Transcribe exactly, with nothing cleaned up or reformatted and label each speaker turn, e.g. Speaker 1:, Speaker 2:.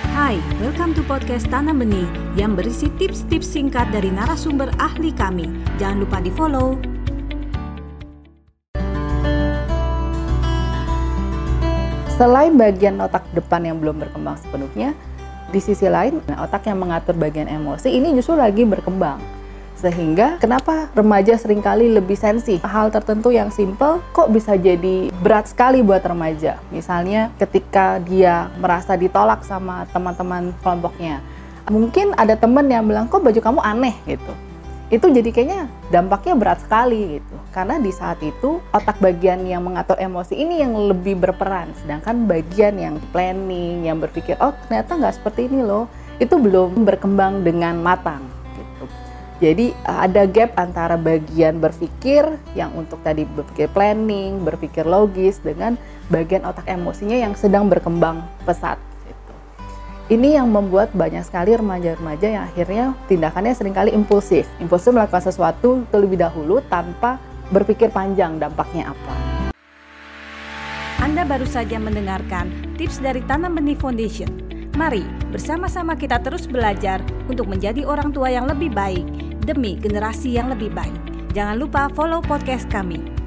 Speaker 1: Hai, welcome to podcast Tanam Benih yang berisi tips-tips singkat dari narasumber ahli kami. Jangan lupa di-follow.
Speaker 2: Selain bagian otak depan yang belum berkembang sepenuhnya, di sisi lain otak yang mengatur bagian emosi ini justru lagi berkembang. Sehingga kenapa remaja seringkali lebih sensi hal tertentu yang simple kok bisa jadi berat sekali buat remaja. Misalnya ketika dia merasa ditolak sama teman-teman kelompoknya. Mungkin ada teman yang bilang, kok baju kamu aneh gitu. Itu jadi kayaknya dampaknya berat sekali gitu. Karena di saat itu otak bagian yang mengatur emosi ini yang lebih berperan. Sedangkan bagian yang planning, yang berpikir, oh ternyata nggak seperti ini loh. Itu belum berkembang dengan matang. Jadi ada gap antara bagian berpikir yang untuk tadi berpikir planning, berpikir logis dengan bagian otak emosinya yang sedang berkembang pesat. Gitu. Ini yang membuat banyak sekali remaja-remaja yang akhirnya tindakannya seringkali impulsif. Impulsif melakukan sesuatu terlebih dahulu tanpa berpikir panjang dampaknya apa.
Speaker 1: Anda baru saja mendengarkan tips dari Tanam Benih Foundation. Mari bersama-sama kita terus belajar untuk menjadi orang tua yang lebih baik demi generasi yang lebih baik. Jangan lupa follow podcast kami.